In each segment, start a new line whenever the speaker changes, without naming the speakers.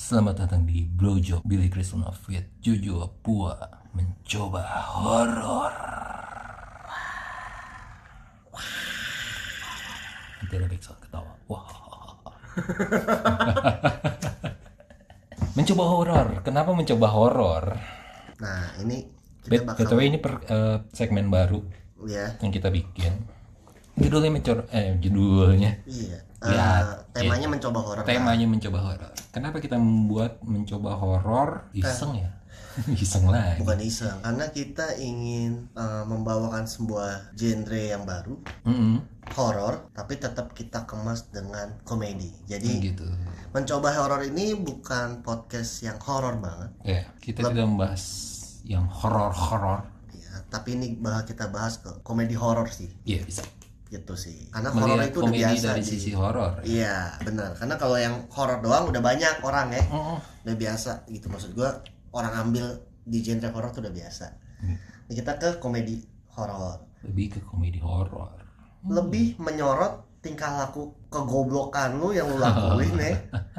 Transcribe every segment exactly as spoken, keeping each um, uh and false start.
Selamat datang di Blowjob Billy Krishna with Jojo Apua mencoba horor. Nanti ada backsound ketawa. Wah. Mencoba horor. Kenapa mencoba horor?
Nah ini kita
B
bakal
T W ini per, uh, segmen baru
ya.
yang kita bikin. Judulnya mencor eh judulnya.
Iya.
Ya,
Uh, temanya
ya.
mencoba horor.
Temanya kan? Mencoba horor. Kenapa kita membuat mencoba horor? Iseng ya? Iseng lagi.
Bukan iseng, karena kita ingin uh, membawakan sebuah genre yang baru,
Mm-hmm.
horor, tapi tetap kita kemas dengan komedi. Jadi
gitu.
mencoba horor ini bukan podcast yang horor banget.
Ya, kita tidak membahas yang horor-horor.
Ya, tapi ini bahas kita bahas ke komedi horor sih.
Iya bisa.
Gitu sih. Karena horor
Melihat
itu udah
komedi
biasa
dari
di
sisi horor.
Iya, benar. Karena kalau yang horor doang udah banyak orang ya.
Oh,
Udah biasa gitu, maksud gua orang ambil di genre horor tuh udah biasa.
Hmm.
Nah, kita ke komedi horor.
lebih ke komedi horor.
Lebih menyorot tingkah laku kegoblokan lu yang lu lakuin ya.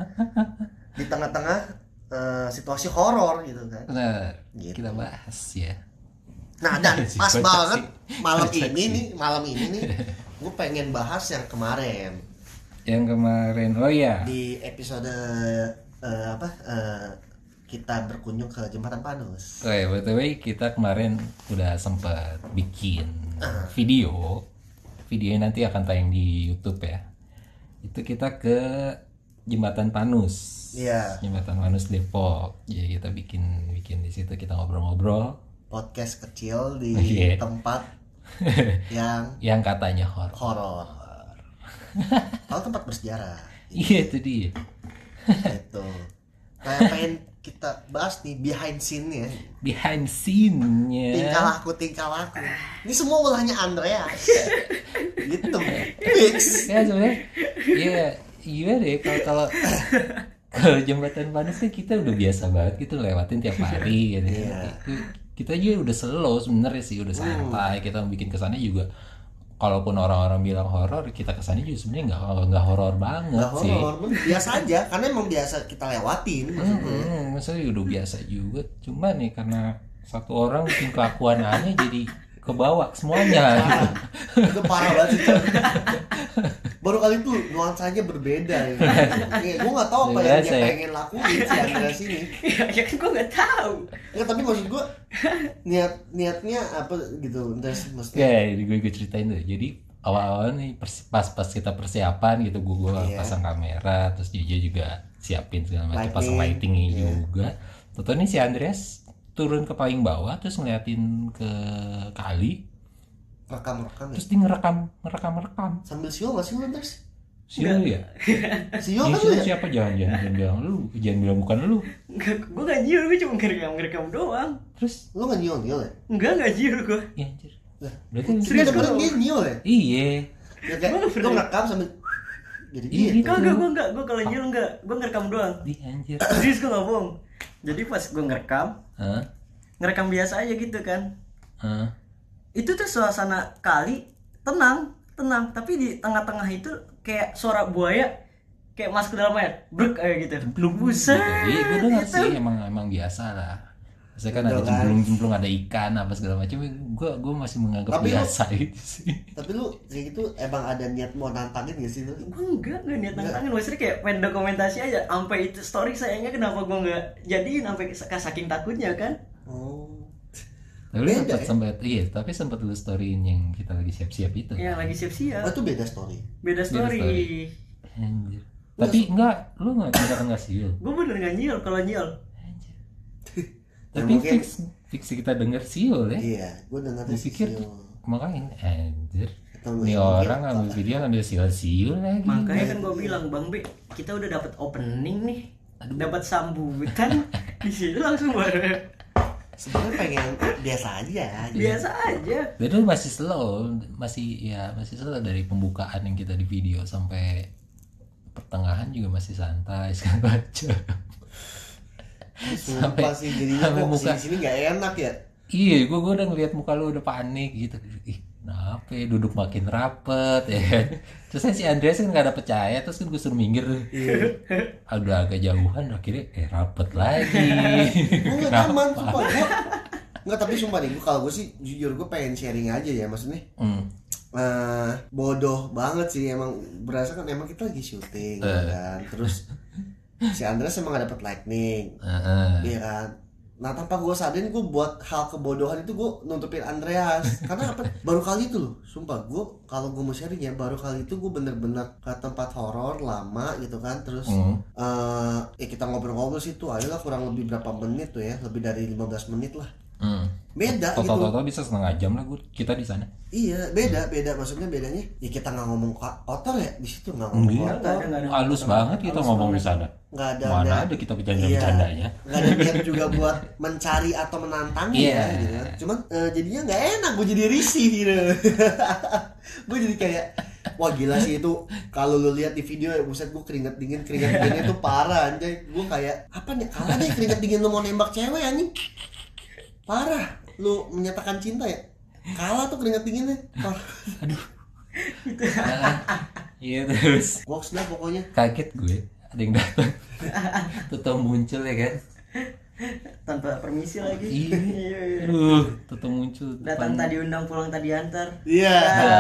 Di tengah-tengah uh, situasi horor gitu kan.
Benar.
Gitu.
Kita bahas ya.
Nah, dan pas
Kocak
banget
sih.
malam
Kocak
ini
sih.
nih, malam ini nih gue pengen bahas yang kemarin
Yang kemarin, oh ya.
di episode uh, apa uh, kita berkunjung ke Jembatan Panus.
Oh ya, by the way kita kemarin udah sempat bikin
Uh.
video. Videonya nanti akan tayang di YouTube ya. Itu kita ke Jembatan Panus.
Iya.
Jembatan Panus Depok. Jadi kita bikin bikin di situ, kita ngobrol-ngobrol.
Podcast kecil di
Iya.
tempat yang
Yang katanya horor.
horor. Kalau tempat bersejarah
Iya itu dia.
gitu. Kayak pengen kita bahas nih behind scene-nya.
Behind scene-nya.
Tingkah laku tingkah laku. Ini semua ulahnya Andreas. Gitu. Fix.
Ya sebenarnya, ya gimana ya kalau kalau kalau Jembatan Panus kan kita udah biasa banget gitu lewatin tiap hari gitu.
Iya.
Kita aja udah slow sebenarnya sih, udah santai. Kita bikin kesannya juga, kalaupun orang-orang bilang horor, kita kesannya juga sebenarnya nggak nggak horor banget
Nggak
sih.
horor, biasa aja. Karena emang biasa kita lewatin. Maksudnya.
Hmm, maksudnya udah biasa juga. Cuma nih karena satu orang bikin kelakuan aneh jadi kebawa semuanya. Gitu.
Itu parah banget sih. Cok. Baru kali itu nuansanya berbeda ya. Ya, gue nggak tahu apa yang dia
Biasa ya.
pengen lakuin si Andreas ini.
Ya kan gue nggak tahu.
Ya tapi maksud gue niat niatnya apa gitu. Terus maksudnya
Ya, gue gue ceritain tuh. Jadi awal-awal nih pers- pas pas kita persiapan gitu, gue gue
Iya.
pasang kamera, terus Jojo juga siapin segala macam,
Lighting.
pasang lightingnya
Iya.
juga. Tentu nih si Andreas turun ke paling bawah, terus ngeliatin ke kali,
rekam-rekam ya.
terus dia ngerekam ngerekam ngerekam.
Sambil siul nggak sih lu terus?
Siul ya?
Siul
Ini
kan lu ya?
siapa? Jangan jangan jangan bilang lu, jangan bilang bukan lu.
Enggak, gue nggak nyiur, gue cuma ngerekam ngerekam doang.
Terus
Lu nggak nyiul nyiul ya?
Enggak nggak nyiur gue.
ya anjir.
Lah,
Berarti
serius
Serius,
bener
gua-
dia nyiul ya?
iya.
Ya kayak
Gua nggak
lu
pernah.
ngerekam sambil jadi
Iya,
gitu.
Enggak enggak gue enggak, gue kalau nyiur enggak, gue ngerekam doang.
Di anjir.
Serius gue nggak bohong. Jadi pas gue ngerekam,
Hah?
ngerekam biasa aja gitu kan.
Hah?
Itu tuh suasana kali tenang, tenang. Tapi di tengah-tengah itu kayak suara buaya kayak masuk ke dalam air, brek kayak gitu.
Belum
Buset.
gitu. Iya, gue dengar
Gitu.
sih, emang emang biasa lah. Saya kan ada
Betul, kan?
cemplung-cemplung, ada ikan apa segala macam. Gue gue masih menganggap
Tapi lu-
biasa itu sih.
Tapi lu kayak gitu emang ada niat mau nantangin gak sih lu?
Gue enggak, enggak niat nantangin. Maksudnya kayak pengen dokumentasi aja. Sampai itu story sayangnya kenapa gue enggak jadiin sampai saking takutnya kan.
Oh.
Tapi lu
Beda,
sempat
ya?
sempat iya, tapi sempat lu storyin yang kita lagi siap-siap itu.
Yang lagi siap-siap.
Oh, itu beda story.
Beda story.
story. Anjir. Tapi enggak, lu enggak beneran enggak siul.
Gue bener nggak nyil kalau nyil.
Anjir.
Ya,
Tapi
mungkin-
fix fix kita denger siul ya.
Iya, gue dengar
Gue
sih
pikir
siul.
makanya anjir.
Atau
Ini
mungkin-
orang ngambil video ngambil siul-siul lagi.
Makanya kan gue bilang Bang B, kita udah dapat opening nih, dapat sambutan di sini langsung baru
Sebenarnya pengen biasa aja.
biasa aja.
Dan itu masih slow, masih ya masih slow dari pembukaan yang kita di video sampai pertengahan juga masih santai segala macam.
Sumpah sih jadinya
sampai
kok
muka.
sini sini nggak enak ya.
Iya, gue gue udah ngeliat muka lu udah panik gitu. Ih, Kenapa ya, duduk makin rapet ya kan. Terus kan si Andreas kan gak ada percaya, terus kan gue suruh minggir tuh. Udah agak jauhan, akhirnya eh rapet lagi.
Gue gak nyaman, sumpah. Gue nggak, tapi sumpah nih, gue kalau gue sih jujur gue pengen sharing aja ya, maksudnya
hmm.
uh, bodoh banget sih emang, berasa kan emang kita lagi syuting uh. kan, terus si Andreas emang gak dapet lightning, uh-uh. iya kan. Nah tanpa gue sadarin gue buat hal kebodohan itu, gue nutupin Andreas. Karena apa? Baru kali itu loh, sumpah gue kalau gue mau sharing ya, baru kali itu gue bener-bener ke tempat horor lama gitu kan. Terus mm. uh, ya kita ngobrol-ngobrol sih tuh, ayolah kurang lebih berapa menit tuh ya, lebih dari lima belas menit lah. Hmm. Beda
total,
gitu.
Total bisa setengah jam lah gue kita di sana.
Iya, beda, beda. Maksudnya bedanya ya kita nggak ngomong kotor ya di situ, nggak ngomong
Enggak,
kotor.
Halus banget kita ngomong di sana.
Nggak ada.
Mana
ada,
ada kita bercanda-bercandanya.
Nggak ada niat juga buat mencari atau menantang yeah. ya. Gitu. Cuman uh, jadinya nggak enak, gue jadi risih gitu. Gue jadi kayak, wah gila sih itu. Kalau lu lihat di video ya, buset gue keringet dingin, keringet dingin itu parah anjay. Gue kayak apa nih? Kalah deh keringet dingin lu mau nembak cewek anjing. Parah, lu menyatakan cinta ya? Kalah tuh keringat dinginnya. Parah. Aduh.
Iya terus.
Box dah pokoknya.
Kaget gue, ada yang datang. Tuh muncul ya kan?
Tanpa permisi lagi.
Iya. Aduh, tuh muncul.
Datang tadi undang, pulang tadi antar.
Iya.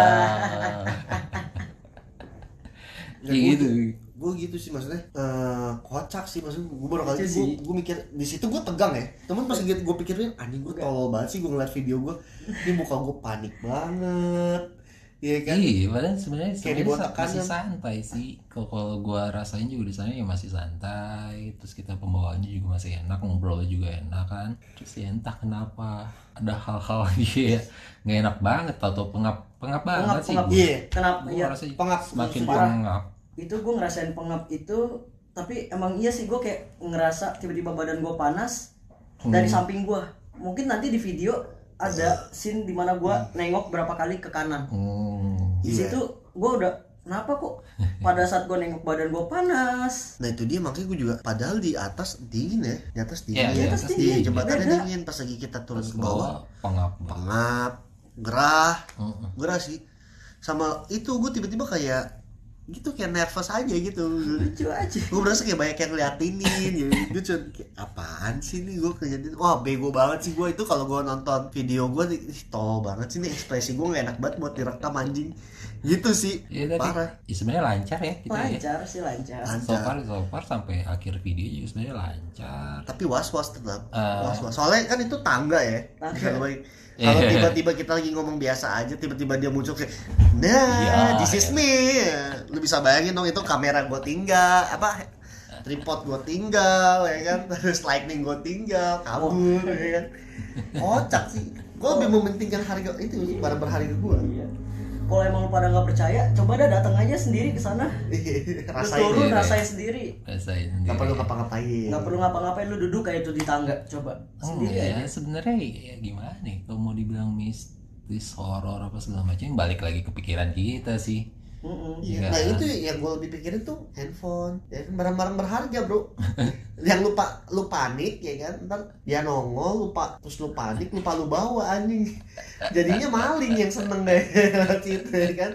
Kayak gitu.
Gue gitu sih maksudnya, uh, kocak sih maksudnya. Gue baru kali gue gue mikir di situ, gue tegang ya. Temen pas gitu gue pikirin, anjing gue tolol banget sih gue ngeliat video gue. Ini muka gue panik banget. Iya kan? Iya,
padahal sebenarnya sebenarnya masih santai sih. Kalau gue rasain juga di sana ya masih santai. Terus kita pembawaannya juga masih enak, ngobrol juga enak kan. Terus ya entah kenapa ada hal-hal gitu ya nggak enak banget atau pengap pengap banget
pengap,
sih.
Pengap.
Iya.
Kenapa?
Iya.
Pengap
semakin pengap.
Itu gue ngerasain pengap itu, tapi emang iya sih gue kayak ngerasa tiba-tiba badan gue panas hmm. dari samping gue. Mungkin nanti di video ada scene dimana gue nengok berapa kali ke kanan. Hmm. Di situ gue udah kenapa kok pada saat gue nengok badan gue panas.
Nah itu dia, makanya gue juga padahal di atas dingin ya, di atas dingin,
ya,
di
atas
dingin, jembatannya dingin. Pas lagi kita turun ke bawah,
pengap,
pengap, gerah, uh-uh. gerah sih. Sama itu gue tiba-tiba kayak gitu, kayak nervous aja gitu.
Lucu aja.
Gue berasa kayak banyak yang ngeliatinin gitu. Gue cuman kayak apaan sih nih, gue ngeliatin. Wah bego banget sih gue itu kalau gue nonton video gue nih, tolol banget sih nih, ekspresi gue gak enak banget buat direkam anjing. Gitu sih.
Ya, parah. Ya, sebenarnya lancar ya kita
lancar
ya.
sih lancar.
lancar. So far so far sampai akhir video juga sebenarnya lancar.
Tapi was-was tetap.
Uh,
was-was. Soalnya kan itu tangga ya. Tangga. Kalau yeah. tiba-tiba kita lagi ngomong biasa aja, tiba-tiba dia muncul kayak, nah, yeah, this is yeah. me. Lu bisa bayangin dong, itu kamera gue tinggal, apa tripod gue tinggal, ya kan, terus lightning gue tinggal, kabur, oh. ya kan. Kocak sih. Gue lebih mementingkan harga itu, barang berharga gue. Iya.
Kalau emang lu pada nggak percaya, coba dah datang aja sendiri ke sana.
Rasain,
turun, rasain sendiri.
Rasain sendiri.
Nggak perlu ngapa-ngapain.
Nggak perlu ngapa-ngapain, lu duduk kayak itu di tangga, coba sendiri
oh,
aja.
Ya, sebenarnya ya gimana nih, kalau mau dibilang mistis, horor apa segala macam, balik lagi ke pikiran kita sih.
Mm-hmm. Ya, nah itu yang gue lebih pikirin tuh handphone, ya kan, barang-barang berharga bro. Yang lupa lu panik ya kan, ntar dia nongol lupa, terus lu panik lupa lu bawa anjing. Jadinya maling yang seneng deh gitu ya kan.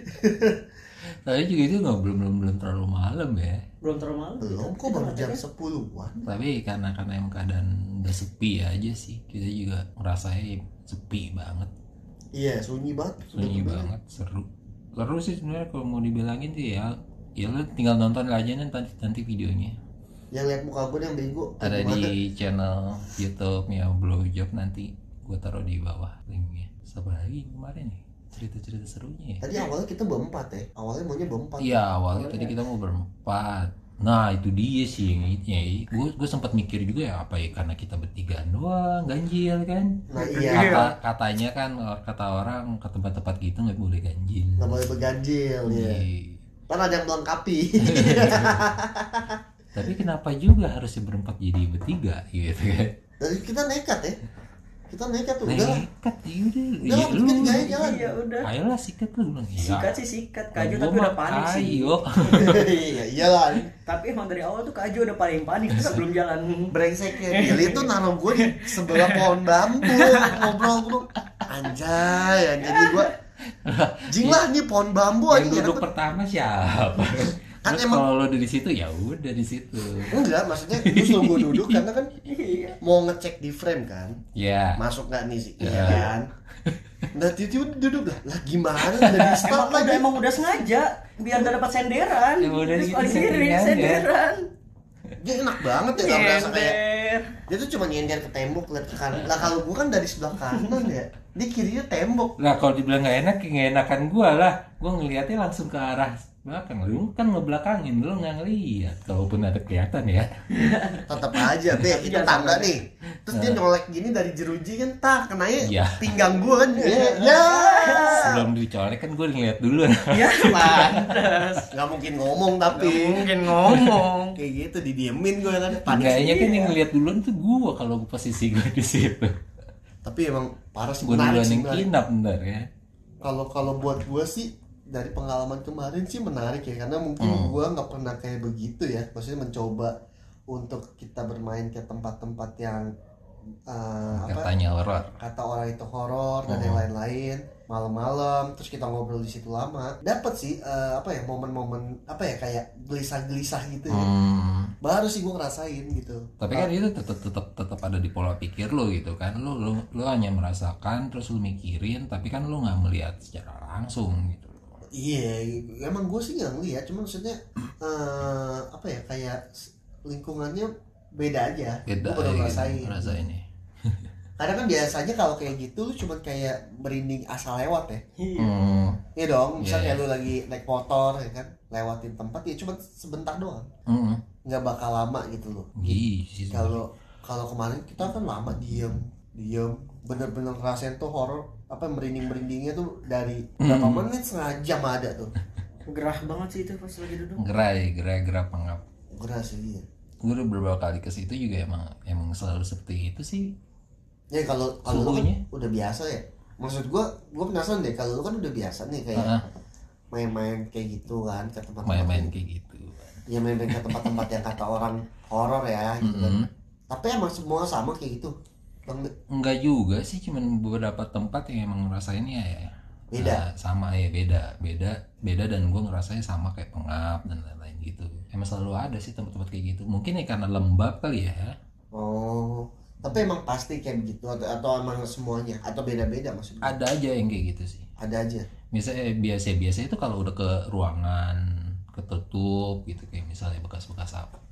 Tapi juga itu nggak belum belum belum terlalu malam ya.
Belum terlalu malam.
Belum kok, baru jam sepuluhan.
Tapi karena karena emang keadaan udah sepi aja sih, kita juga ngerasain sepi banget.
Iya sunyi banget.
Sunyi banget, seru. Seru sih sebenarnya kalau mau dibilangin sih ya, ya lu tinggal nonton aja nanti nanti videonya.
Yang lihat muka gue yang bego.
Ada di channel YouTube-nya Blowjob, nanti gue taruh di bawah linknya. Sabar lagi kemarin nih cerita-cerita serunya. Ya.
Tadi awalnya kita berempat ya, awalnya maunya berempat.
Iya awalnya tadi kita mau berempat. Nah itu dia sih yang ya, gue gue sempat mikir juga ya, apa ya karena kita bertiga doang ganjil kan.
Nah iya.
Kata, katanya kan kata orang ke tempat-tempat gitu nggak boleh ganjil.
Nggak boleh berganjil ya. Kan ada yang melengkapi.
Tapi kenapa juga harusnya berempat jadi bertiga gitu kan?
Jadi kita nekat ya. Kita nekat tuh, udah lah.
Nekat, yaudah.
Udah lah, bikin gaya jalan.
Iya, udah.
Ayolah sikat lu bilang. Iya.
Sikat sih sikat, Kaju tapi udah panik sih.
Iya, iyalah.
Tapi emang dari awal tuh Kaju udah paling panik sebelum jalan.
Brengseknya Billy tuh naruh gue di sebelah pohon bambu, ngobrol gue. Anjay, anjay gue. Jing lah nih pohon bambu aja.
Yang duduk pertama siapa? Kan emang kalau lo di situ ya udah di situ.
Enggak, maksudnya gue suruh gue duduk karena kan mau ngecek di frame kan.
Iya. Yeah.
Masuk nggak nih sih, yeah. kan? Nah tiba-tiba duduk lah, lah gimana? Dari start
emang udah emang udah sengaja biar gak dapat senderan.
Ya, udah
terus
gitu
paling kiri senderan.
Dia enak banget ya, nggak berasa kayak dia tuh cuma nyender ke tembok lihat ke kanan. Lah kalau gue kan dari sebelah kanan ya, dia kirinya tembok.
Lah kalau dibilang nggak enak, nggak enakan gue lah. Gue ngelihatnya langsung ke arah belakang. Lu kan ngebelakangin, lu nggak ngelihat. Kalaupun ada kelihatan ya.
Tetap aja, deh itu tangga nih. Terus dia nyolek gini dari jeruji kan, tak kenanya ya. Pinggang gue kan. Ya. ya.
Sebelum dicolek kan gue ngeliat dulu.
Ya pantas. Gak mungkin ngomong tapi.
Gak mungkin ngomong.
Kayak gitu didiemin gue kan.
Kayaknya kan yang ngeliat duluan tuh gue kalau posisi gue di situ.
Tapi emang parah sih.
Gue duluan yang kinap bener ya.
Kalau kalau buat gue sih dari pengalaman kemarin sih menarik ya, karena mungkin hmm. gue nggak pernah kayak begitu ya, maksudnya mencoba untuk kita bermain ke tempat-tempat yang uh,
katanya horor,
kata orang itu horor dan hmm. yang lain-lain, malam-malam terus kita ngobrol di situ lama, dapat sih uh, apa ya momen-momen apa ya kayak gelisah-gelisah gitu ya, hmm. baru sih gue ngerasain gitu.
Tapi kan itu tetap tetap tetap ada di pola pikir lo gitu kan, lo lo lo hanya merasakan terus lo mikirin, tapi kan lo nggak melihat secara langsung gitu.
Iya, emang gue sih nggak ngeliat, cuma maksudnya uh, apa ya kayak lingkungannya beda aja.
Beda,
gue baru ngerasain.
Ngerasain ini.
Karena kan biasanya kalau kayak gitu lu cuma kayak merinding asal lewat ya.
Hmm.
Iya dong, misalnya
yeah.
lu lagi naik motor ya kan, lewatin tempat ya cuma sebentar doang.
Hmm.
Nggak bakal lama gitu loh. Kalau kalau kemarin kita kan lama diem, diem, bener-bener ngerasain tuh horor. Apa merinding-merindingnya tuh dari berapa hmm. menit, setengah jam ada tuh.
Gerah banget sih itu pas lagi duduk.
Gerah ya, gerah gerah pengap.
Gerah sih. Iya.
Gue udah beberapa kali ke situ juga emang emang selalu seperti itu sih.
Ya kalau kalau lu kan udah biasa ya. Maksud gue, gue penasaran deh kalau lu kan udah biasa nih kayak uh-huh. main-main kayak gitu kan ke tempat-tempat.
Main-main kayak gitu.
Ya main-main ke tempat-tempat yang kata orang horor ya gitu mm-hmm. kan. Tapi emang semua sama kayak gitu.
Enggak juga sih, cuman beberapa tempat yang emang ngerasainnya ya
beda,
nah, sama ya beda beda beda dan gue ngerasain sama kayak pengap dan lain-lain gitu. Emang selalu ada sih tempat-tempat kayak gitu, mungkin ya karena lembab kali ya.
Oh, tapi emang pasti kayak begitu atau, atau emang semuanya atau beda-beda maksudnya?
Ada aja yang kayak gitu sih,
ada aja.
Biasanya biasa-biasa itu kalau udah ke ruangan ketutup gitu, kayak misalnya bekas-bekas apa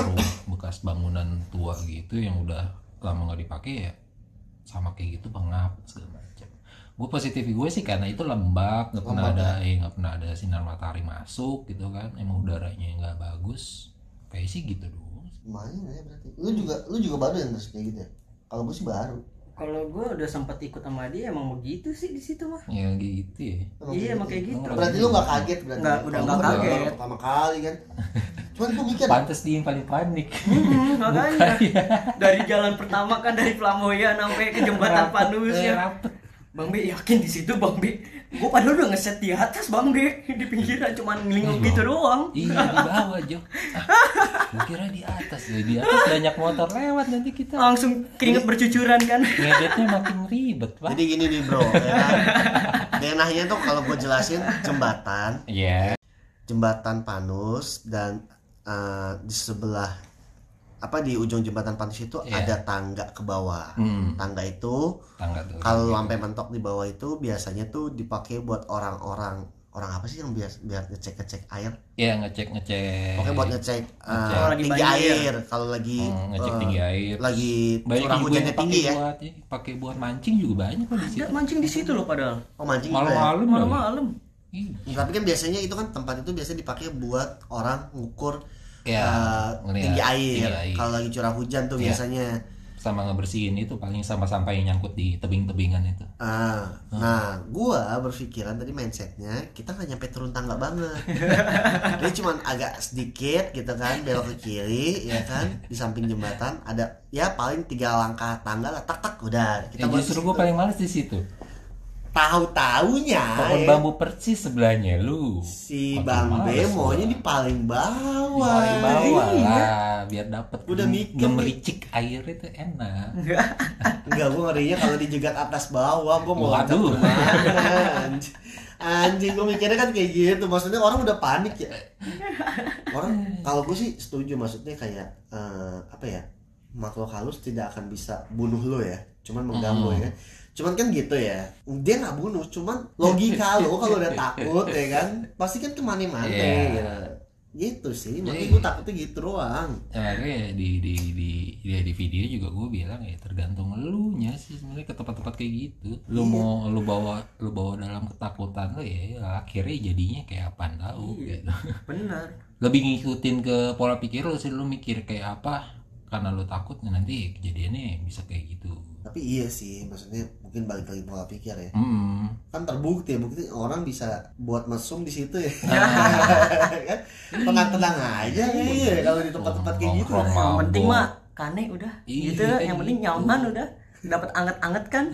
bekas bangunan tua gitu yang udah lama nggak dipakai ya sama kayak gitu, pengap segala macam. Gue positif gue sih karena itu lembab, nggak pernah ada eh nggak pernah ada sinar matahari masuk gitu kan, emang udaranya nggak bagus kayak sih gitu dulu.
Lumayan ya berarti. Lu juga lu juga baru yang terus kayak gitu ya? Kalau gue sih baru.
Kalau gue udah sempat ikut sama dia emang begitu sih di situ mah.
Ya gitu ya.
Emang iya emang kayak gitu.
Berarti lu nggak kaget berarti?
Nggak, udah nggak kaget.
Pertama kali kan. Cuman gue mikir.
Pantes dia yang paling panik.
Hmm, makanya. Dari jalan pertama kan dari Flamoyan sampai ke jembatan Panus ya. Bang B yakin di situ Bang B. Gue padahal udah ngeset di atas Bang B, di pinggiran cuman ngelingkup gitu doang.
Iya di bawah Jo. Gue kira di atas ya, di atas banyak motor lewat nanti kita.
Langsung keringet bercucuran kan.
Ngedetnya makin ribet Pak.
Jadi gini nih bro, ya kan? Denahnya tuh kalau gue jelasin jembatan.
Iya. Yeah.
Jembatan Panus dan uh, di sebelah apa di ujung jembatan Panus itu yeah. ada tangga ke bawah. Hmm. Tangga itu kalau sampai mentok di bawah itu biasanya tuh dipakai buat orang-orang orang apa sih yang biasa biar ngecek-ngecek air?
Iya, yeah, ngecek-ngecek.
Oke, buat ngecek, ngecek. Uh, tinggi air. Kalau lagi
hmm, ngecek uh, tinggi air.
Lagi curah hujannya tinggi ya.
Buat, ya. Pakai buat mancing juga banyak kok di situ.
Ada mancing di situ loh padahal.
Oh, mancing
malam-malam.
Malam-malam.
Ya, tapi kan biasanya itu kan tempat itu biasanya dipakai buat orang ngukur
ya,
uh, tinggi air,
air.
Kalau lagi curah hujan tuh ya. Biasanya
sama ngebersihin itu paling sampah-sampah yang nyangkut di tebing-tebingan itu.
Ah, hmm. Nah, gua berpikiran tadi mindsetnya kita nggak nyampe turun tangga banget. Dia cuma agak sedikit gitu kan, belok ke kiri ya kan, di samping jembatan ada ya paling tiga langkah tangga lah, tak tak udah.
Kita ya, justru gua paling males di situ.
Tahu-taunya
pohon ya. Bambu persis sebelahnya lu.
Si Bang B maunya di paling bawah.
Di paling bawah lah, biar dapat
udah mikir
ngemericik air itu enak.
Enggak, gua ngerinya kalau dijegat atas bawah, gua mau loncat kemana. Anjing, gua mikirnya kan kayak gitu. Maksudnya orang udah panik ya. Orang kalau gua sih setuju, maksudnya kayak uh, apa ya? Makhluk halus tidak akan bisa bunuh lo ya. Cuman mengganggu hmm. ya. Cuman kan gitu ya, dia nggak bunuh, cuman logika lo kalau udah takut ya kan, pasti kan kemana-mana yeah. gitu. Gitu sih, makanya gue takutnya gitu doang.
Ya kayak di di di di, di video juga gue bilang ya tergantung lu nya sih sebenarnya ke tempat-tempat kayak gitu. Lu yeah. mau lu bawa lu bawa dalam ketakutan lo ya, ya akhirnya jadinya kayak apaan tahu yeah. gitu.
Benar.
Lebih ngikutin ke pola pikir lu sih, lu mikir kayak apa karena lu takut nanti kejadiannya bisa kayak gitu.
Tapi iya sih, maksudnya mungkin balik lagi pola pikir ya.
Mm.
Kan terbukti ya, bukti orang bisa buat mesum di situ ya. Kan tenang-tenang aja ya kalau di tempat-tempat kayak gitu.
Yang penting mah kane udah gitu, yang penting nyaman udah, dapat anget-anget kan.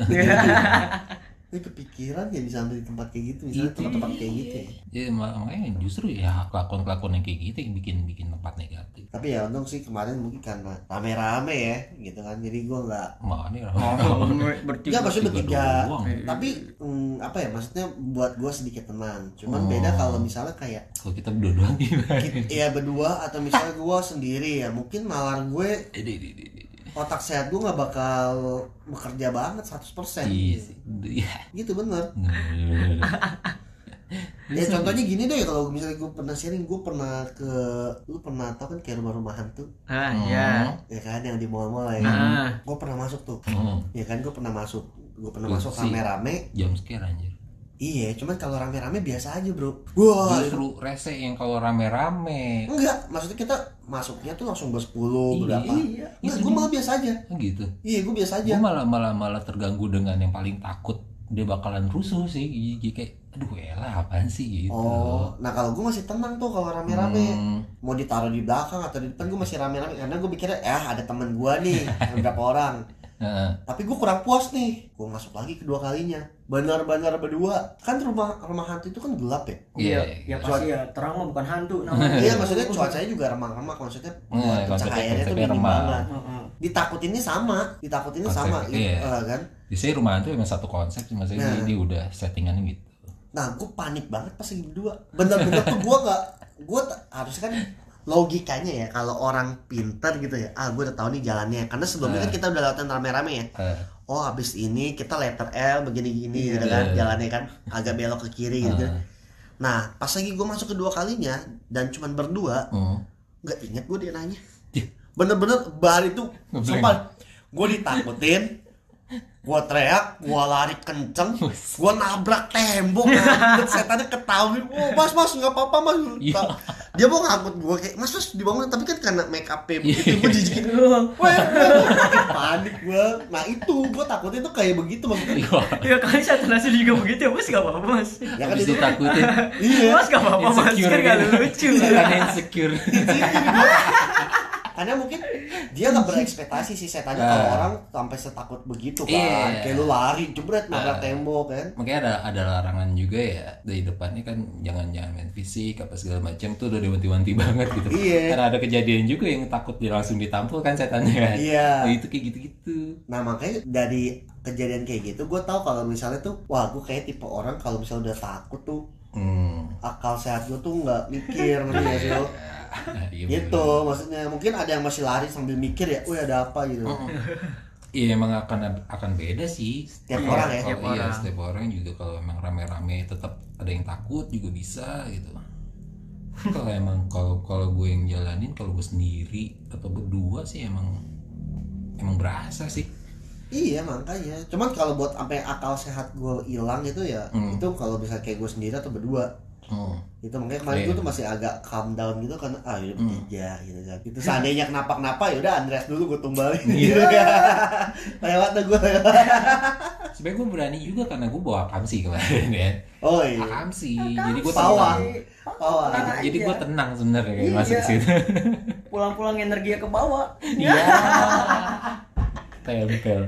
Ini kepikiran ya bisa ambil di tempat kayak gitu, misalnya tempat-tempat kayak gitu ya.
Ya makanya justru ya kelakuan-kelakuan yang kayak gitu yang bikin bikin tempat negatif.
Tapi ya untung sih kemarin mungkin karena rame-rame ya gitu kan, jadi gue nggak
mana rame
bertiga maksudnya bertiga tapi mm, apa ya maksudnya buat gue sedikit tenang. Cuman oh. beda kalau misalnya kayak
kalau kita berdua doang gimana?
Iya berdua atau misalnya gue sendiri ya mungkin nalar gue otak sehat gue nggak bakal bekerja banget seratus persen.
Iya sih. Iya.
Gitu bener. Ya contohnya gini deh, kalau misalnya gue pernah sharing, gue pernah ke, lu pernah tau kan kayak rumah-rumah hantu?
Ah iya.
Ya kan yang di mall-mall ya.
Ah.
Gue pernah masuk tuh.
Hmm.
Ya kan gue pernah masuk, gue pernah masuk rame-rame.
Jam scare anjir.
Iya, cuman kalau rame-rame biasa aja bro. Wah,
justru rese yang kalau rame-rame.
Enggak, maksudnya kita masuknya tuh langsung bersepuluh berapa?
Iya.
Enggak, gue malah biasa aja.
Gitu.
Iya, gue biasa aja.
Gue malah malah malah terganggu dengan yang paling takut dia bakalan rusuh sih, kayak aduh elah apaan sih gitu.
Oh, nah kalau gue masih tenang tuh kalau rame-rame. Hmm. Mau ditaruh di belakang atau di depan gue masih rame-rame karena gue pikirnya ya ada teman gue nih, beberapa orang. Uh. Tapi gue kurang puas nih, gue masuk lagi kedua kalinya, benar-benar berdua. Kan rumah rumah hantu itu kan gelap ya.
Iya, ya pasti ya terang mah bukan hantu namanya.
Iya maksudnya cuacanya juga remang-remang, maksudnya
uh,
cahayanya tuh minim banget. Ditakutinnya sama, ditakutinnya
konsep,
sama,
iya.
uh, kan?
Di sini rumah hantu emang satu konsep sih, maksudnya nah. dia udah settingannya gitu.
Nah, gue panik banget pas lagi berdua. Bener-bener tuh gue gak, gue t- harusnya kan logikanya ya kalau orang pintar gitu ya, ah gue udah tahu nih jalannya karena sebelumnya uh. kan kita udah lewatin rame-rame ya. Uh. Oh habis ini kita letter L begini-gini gitu kan, uh. jalannya kan agak belok ke kiri gitu. Uh. Nah pas lagi gue masuk kedua kalinya dan cuman berdua, nggak uh. inget gue dia nanya. Bener-bener bar itu, sumpah gue ditakutin. Gua teriak, gua lari kenceng, gua nabrak tembok, ngangkut setannya ketahuin, oh mas mas nggak apa-apa mas, dia mau ngangkut gua kayak mas mas dibangun, tapi kan karena make up begitu, gua jijikin doang, wah panik gua, nah itu gua takutnya tuh kayak begitu maksudnya,
ya kali setan asli juga begitu, mas nggak apa-apa mas,
ya kan itu takutin,
mas nggak apa-apa mas, kan nggak lucu,
setan insecure.
Karena mungkin dia nggak berekspektasi sih setannya uh, kalau orang sampai setakut begitu kan, iya. Kayak lu lari jebret nabrak uh, tembok kan.
Makanya ada ada larangan juga ya dari depannya kan jangan jangan main fisik apa segala macam tuh udah diwanti-wanti banget gitu.
Iya.
Karena ada kejadian juga yang takut dia langsung ditampol kan setannya kan.
Iya.
Nah, itu kayak gitu-gitu.
Nah makanya dari kejadian kayak gitu gue tahu kalau misalnya tuh wah gue kayak tipe orang kalau misalnya udah takut tuh hmm. akal sehat gue tuh nggak mikir ngerti sih lo. Nah, iya gitu bener. Maksudnya mungkin ada yang masih lari sambil mikir ya, wih ada apa gitu.
Iya emang akan akan beda sih
setiap iya, orang ya.
Setiap iya orang. Setiap orang juga kalau emang rame-rame tetap ada yang takut juga bisa gitu. Kalau emang kalau kalau gue yang jalanin kalau gue sendiri atau berdua sih emang emang berasa sih.
Iya makanya. Cuman kalau buat sampai akal sehat gue hilang itu ya hmm. itu kalau bisa kayak gue sendiri atau berdua. Hmm. Itu makanya kemarin gue tuh masih agak calm down gitu karena ah udah bertiga hmm. gitu kan. Itu seandainya kenapa-kenapa ya udah Andreas dulu gue tumbalin gitu kan. Lewat tuh gue.
Sebenarnya gue berani juga karena gue bawa Akamsi kemarin ya.
Oh iya.
Akamsi. Jadi gue
pawang. Pawang.
Jadi, jadi gue tenang sebenarnya iya. Masuk situ.
Pulang-pulang energinya ke bawah.
Iya. Tempel.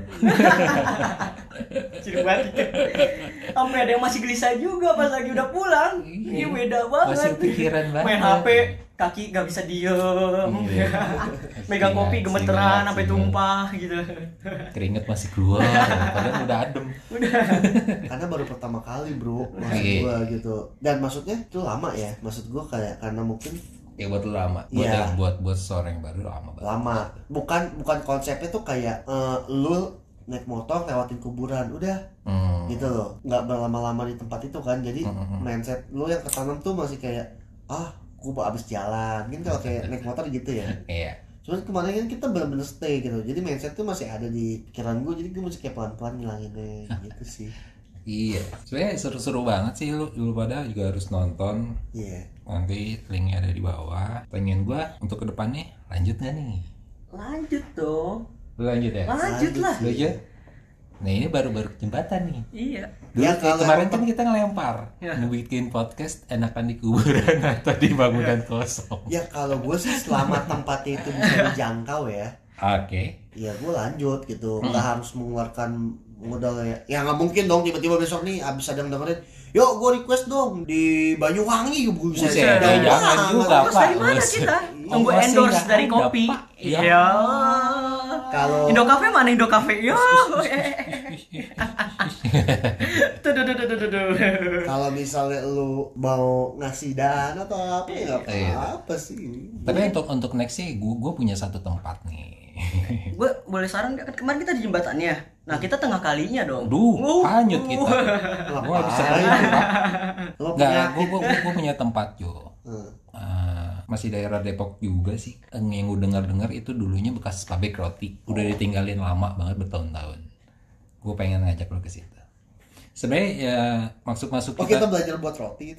Ciri banget. Sampai ada yang masih gelisah juga pas lagi udah pulang. Iya beda banget.
Masih pikiran banget.
Main H P, kaki gak bisa diem. Iya. Megang kopi gemeteran sampai tumpah gitu.
Keringet masih keluar, padahal udah adem.
Udah.
Karena baru pertama kali bro, maksud gue gitu. Dan maksudnya itu lama ya, maksud gue kayak karena mungkin
ya buat lu lama, buat ya. buat buat seorang yang baru lama banget.
Lama, bukan bukan konsepnya tuh kayak uh, lu naik motor lewatin kuburan, udah hmm. gitu loh, nggak berlama-lama di tempat itu kan, jadi hmm. mindset lu yang ketanam tuh masih kayak ah, gua abis jalan, kan kalau kayak naik motor gitu ya.
Iya.
Cuman kemarin kan kita bener-bener stay gitu, jadi mindset tuh masih ada di pikiran gua, jadi gua masih kayak pelan-pelan ngilanginnya gitu sih.
Iya, sebenarnya seru-seru banget sih lu, lu pada juga harus nonton.
Iya. Yeah.
Nanti linknya ada di bawah. Pengen gua untuk kedepannya lanjut nggak nih?
Lanjut dong.
Lu lanjut ya?
Lanjut lah.
Lanjut. Nah ini baru-baru jembatan nih.
Iya.
Dulu ya, kemarin kan kita ngelempar, ya. Ngebikin podcast enakan di kuburan atau di bangunan ya. Kosong.
Ya kalau gue sih selama tempatnya itu bisa dijangkau ya.
Oke. Okay.
Ya gue lanjut gitu, nggak hmm. harus mengeluarkan modal ya. Ya nggak mungkin dong tiba-tiba besok nih abis ada yang dengerin, yuk gue request dong di Banyuwangi gue bisa.
Ya, jangan juga Pak.
Dari mana kita? Tunggu endorse dari kopi. Iya. Kalau Indo Cafe mana Indo Cafe? Yo. Tuh tuh tuh tuh tuh.
Kalau misalnya lu mau ngasih dana atau apa ya apa sih.
Tapi untuk untuk next sih gue gue punya satu tempat nih.
Gue boleh saran gak? Kemarin kita di jembatannya. Nah kita tengah kalinya dong.
Duh, uh, hanyut kita. Gue bisa hanyut Pak. Nggak, gue gue gue punya tempat Jo. Hmm. Uh, masih daerah Depok juga sih. Yang gue dengar-dengar itu dulunya bekas pabrik roti. Udah ditinggalin lama banget bertahun-tahun. Gue pengen ngajak lo ke situ. Sebenarnya ya masuk-masuk
kita. Oh kita belajar buat roti.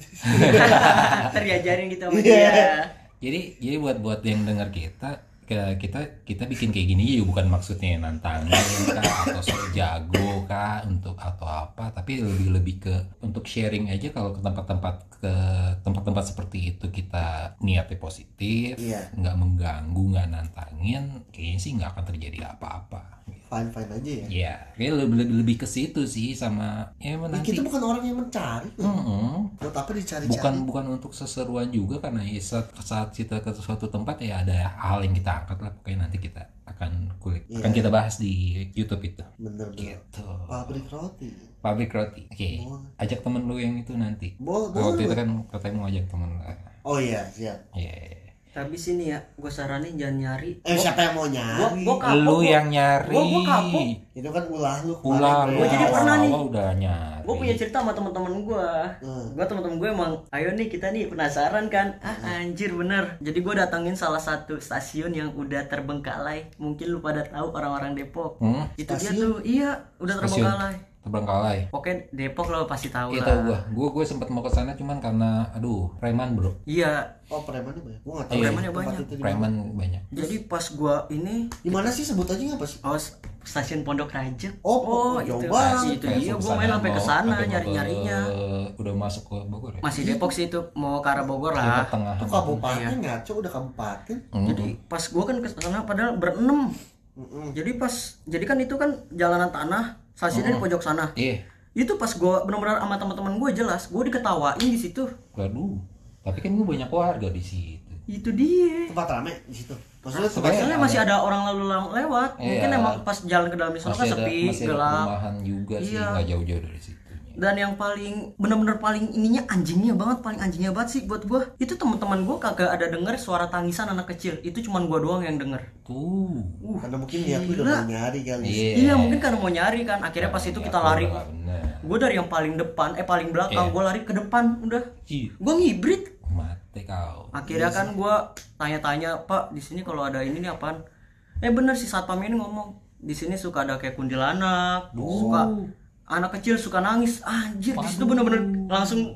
Terdiajarin gitu sama dia.
Jadi jadi buat buat yang dengar kita. kita kita bikin kayak gini juga bukan maksudnya nantangin kah atau sok jago kah untuk atau apa, tapi lebih lebih ke untuk sharing aja. Kalau ke tempat-tempat ke tempat-tempat seperti itu kita niatnya positif, yeah. nggak mengganggu, nggak nantangin, kayaknya sih nggak akan terjadi apa-apa.
Fine fine aja ya.
Iya, kayak lebih lebih lebih ke situ sih sama ya nanti.
Kita bukan orang yang mencari.
Mm-hmm.
Buat apa dicari-cari?
Bukan bukan untuk seseruan juga, karena saat, saat kita ke suatu tempat ya ada hal yang kita angkat lah, pokoknya nanti kita akan kulik, yeah. akan kita bahas di YouTube itu.
Bener gitu. Pabrik roti.
Pabrik roti. Oke. Okay. Oh. Ajak temen lu yang itu nanti.
Bo-
Waktu itu kan katanya mau ajak temen.
Oh iya siap.
Iya. Yeah.
Tapi sini ya, gue saranin jangan nyari.
Eh gua, siapa yang mau nyari?
Gua, gua kapok,
lu
gua,
yang nyari.
Gua, gua kapok.
Itu kan ulah lu.
Ulah lu.
Gue jadi pernah nih.
Udah nyari.
Gue punya cerita sama teman-teman gue. Hmm. Gue teman-teman gue emang, ayo nih kita nih penasaran kan? Ah anjir bener. Jadi gue datangin salah satu stasiun yang udah terbengkalai. Mungkin lu pada tahu orang-orang Depok. Hmm? Itu stasiun? Dia tuh, iya udah stasiun. Terbengkalai.
Terbengkalai.
Pokoknya Depok lo pasti tahu lah.
Iya tahu gua. Gua gua sempat mau ke sana cuman karena aduh, preman, Bro.
Iya.
Oh, premannya banyak. Gua enggak tahu.
Iya, premannya banyak.
Preman banyak.
Jadi pas gua ini
di mana sih sebut aja enggak sih?
Oh, stasiun Pondok Raja.
Oh, oh itu.
Nah, itu dia gua main sampai ke sana nyari-nyarinya.
Udah masuk ke Bogor ya?
Masih Depok sih itu, mau ke arah Bogor lah.
Itu kabupaten ya, coba udah kabupaten.
Mm. Jadi pas gua kan ke sana padahal berenam. Mm-mm. Jadi pas jadi kan itu kan jalanan tanah, stasiunnya di pojok sana.
Iya.
Itu pas gue benar-benar sama teman-teman gue jelas gue diketawain di situ.
Waduh, tapi kan gue banyak warga di situ.
Itu dia.
Tempat rame di situ.
Maksudnya sebenarnya masih ada orang lalu lewat.
Iya,
mungkin emang pas jalan ke dalam di sana kan sepi,
masih
gelap.
Masih ada perumahan juga sih,
iya.
nggak jauh-jauh dari situ.
Dan yang paling benar-benar paling ininya anjingnya banget, paling anjingnya banget sih buat gue. Itu teman-teman gue kagak ada denger suara tangisan anak kecil. Itu cuman gue doang yang denger.
Tuh.
Uh, karena mungkin dia udah mau nyari kali.
Iya, iya mungkin karena mau nyari kan. Akhirnya pas itu kita lari. Gue dari yang paling depan, eh paling belakang, yeah. gue lari ke depan, udah. Iya. Gue ngibrit.
Mati kau.
Akhirnya yes. kan gue tanya-tanya, Pak, di sini kalau ada ini nih apaan? Eh bener sih satpam ini ngomong, di sini suka ada kayak kuntilanak, oh. suka anak kecil suka nangis. Anjir, di situ bener-bener langsung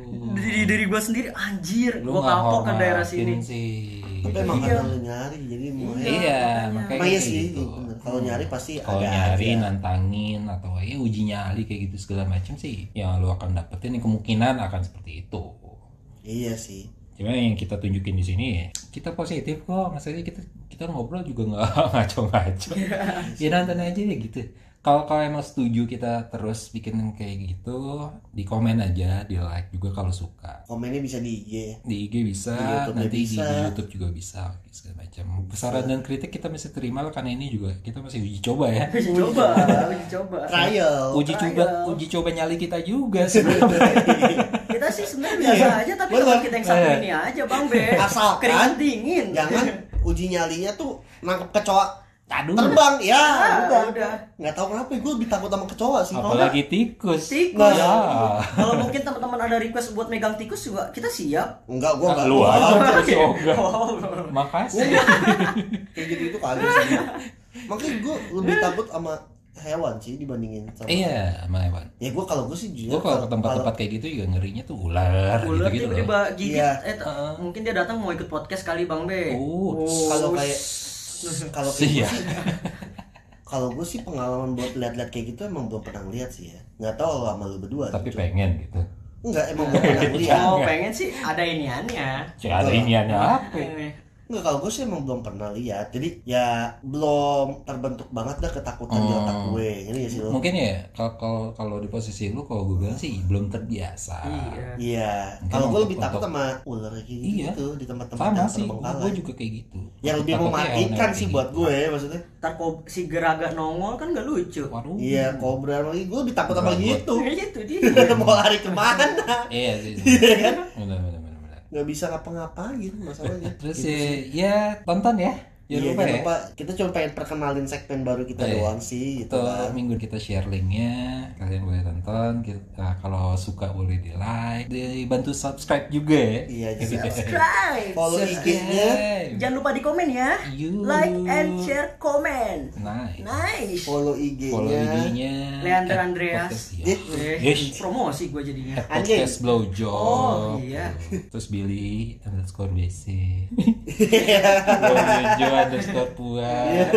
Dari diri gue sendiri anjir,
Lu
gue
nggak
kapok ke daerah
hormatin
sini.
sih.
Tapi emang
Iya.
karena lu nyari jadi mau
Iya, makanya
Emang iya
kayak
sih,
gitu.
bener. Kalau nyari pasti
Kalau
ada
nyari,
aja.
nantangin atau ya uji nyali kayak gitu segala macam sih, yang lu akan dapetin kemungkinan akan seperti itu.
Iya sih.
Cuma yang kita tunjukin di sini ya, kita positif kok. Maksudnya kita kita ngobrol juga nggak ngaco-ngaco. Ya nonton aja ya gitu. Kalau kalau emang setuju kita terus bikin kayak gitu, di komen aja, di like juga kalau suka.
Komennya bisa di I G.
Di I G bisa,
Di YouTube
nanti
bisa.
di YouTube juga bisa, segala macam. Saran dan kritik kita masih terima lah, karena ini juga kita masih uji coba ya.
Uji coba, uji coba.
Trial.
Uji
Trial.
coba, uji coba nyali kita juga sebenarnya.
Kita sih sebenarnya biasa aja, tapi
Bener.
kalau kita yang satu
Eh.
ini aja bang Be.
Asalkan
Keringat dingin.
Jangan uji nyalinya tuh nangkep kecoa
Aduh,
terbang ya.
Ah,
udah.
udah.
Nggak tahu kenapa gue lebih takut sama kecoa sih. Kalau
apalagi tikus.
Tikus.
Ya.
Kalau mungkin teman-teman ada request buat megang tikus juga kita siap.
enggak gue enggak.
Lu aja
Wah,
terus yoga.
Oh.
Makasih.
kayak gitu itu kagak sih. Makanya gue lebih takut sama hewan sih dibandingin sama.
Iya, sama hewan.
Ya gue kalau gue sih jujur.
Gue kalau ke tempat-tempat kayak gitu juga ngerinya tuh ular,
Ular
gitu-gitu loh.
tiba-tiba gigit,
Iya.
eh, t- mungkin dia datang mau ikut podcast kali bang Be.
Oh,
kalau kayak kalau kayak
Iya.
gue sih kalau gue sih pengalaman buat lihat-lihat kayak gitu emang belum pernah lihat sih ya. Nggak tahu lo sama lu berdua.
Tapi
gitu.
pengen gitu.
Enggak emang belum pernah lihat.
Oh pengen sih ada iniannya.
Cek ada iniannya apa?
Enggak, kalau gue sih emang belum pernah lihat. Jadi ya belum terbentuk banget dah ketakutan di otak gue. Ini ya sih lo.
Mungkin ya kalau kalau kalau di posisi lu, kalau gue bilang sih belum terbiasa.
Iya.
Iya.
Mungkin
Kalau gue
untuk-
lebih takut
untuk-
sama ular kayak gitu,
Iya.
gitu di tempat-tempat
Sama
yang
sih,
terbengkalai.
gue juga kayak gitu.
Yang lebih
Takutnya
mematikan
hewan-hewan
sih
kayak
buat
gitu.
gue maksudnya.
Ntar kok si geraga nongol kan gak lucu.
Waduh.
Iya, kobra lagi gue lebih takut sama
Geragot.
gitu.
Itu dia.
Mau lari kemana?
Iya sih.
Iya kan?
Benar benar benar benar.
Nggak bisa ngapa-ngapain masalahnya.
Terus
Gitu
ya,
sih.
ya tonton ya. Jangan
Iya,
lupa
jangan
ya.
lupa. Kita cuma pengen perkenalin segmen baru kita
Iya.
doang sih gitu
Itu
kan.
minggu kita share linknya, kalian boleh tonton. Kita, kalau suka boleh di like, dibantu subscribe juga ya.
Iya, jadi
Subscribe.
follow I G-nya.
Subscribe.
Jangan lupa di komen ya.
You.
Like and share comment.
Nice.
Nice.
Follow I G-nya.
Follow I G-nya.
Leander
at
Andreas.
podcast,
Eh,
iya.
Eh,
Yes.
promosi gue jadinya.
At podcast blowjob.
Oh, iya.
Terus Billy underscore B C. Blowjob underscore puas.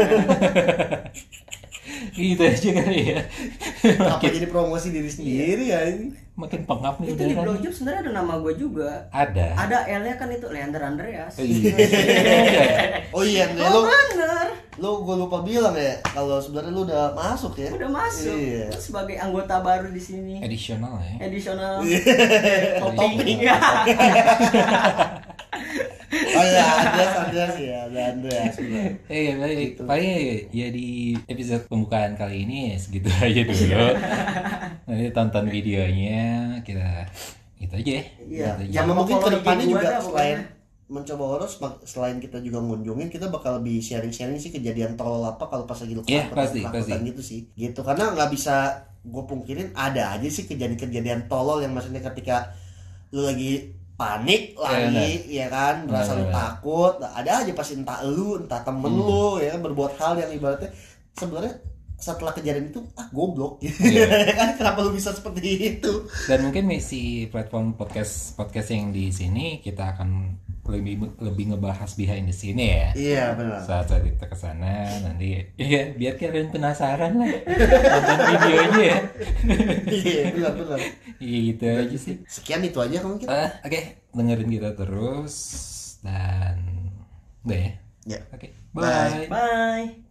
Gitu aja kali ya.
Apa jadi promosi diri sendiri ya ini?
Makin pengap nih
Itu di
udah kan.
blowjob sebenarnya ada nama gue juga.
Ada.
Ada L-nya kan itu Leander Andreas.
Iya.
Oh iya, Andre,
Oh
lu
bener.
lu gue lupa bilang ya kalau sebenarnya lu udah masuk ya.
Udah masuk.
Iya.
Lu sebagai anggota baru di sini.
Additional ya.
Additional
Topping.
Oh iya, Andreas, Andreas ya, ada Andreas. bener.
Eh ya, baik. Paling ya di episode pembukaan kali ini ya segitu aja dulu. Nanti tonton videonya, kita gitu aja ya.
Iya.
Gitu aja.
Jangan
Sama mungkin
follow I G
kedepannya
gua
juga
dah,
selain
pokoknya.
mencoba horor, selain kita juga ngunjungin, kita bakal lebih sharing-sharing sih kejadian tolol apa kalau pas lagi lu
Iya, pasti,
ketakutan
pasti.
gitu sih. Gitu karena nggak bisa gue pungkirin ada aja sih kejadian-kejadian tolol yang maksudnya ketika lu lagi panik lagi ya kan merasa lu
Benar, benar.
takut, nah, ada aja pasti entah lu entah temen
Hmm.
lu ya kan berbuat hal yang ibaratnya sebenarnya setelah kejadian itu ah goblok gitu.
Iya.
kan kenapa lu bisa seperti itu.
Dan mungkin misi platform podcast podcast yang di sini kita akan lebih lebih ngebahas behind the scene ya.
Iya benar.
Saat saat kita kesana nanti ya biar kalian penasaran lah nonton videonya ya.
Iya benar benar.
Iya gitu aja sih.
Sekian itu aja kalau kita.
Ah, oke, dengerin kita terus dan udah ya.
Ya.
Oke,
Bye.
bye.
Bye.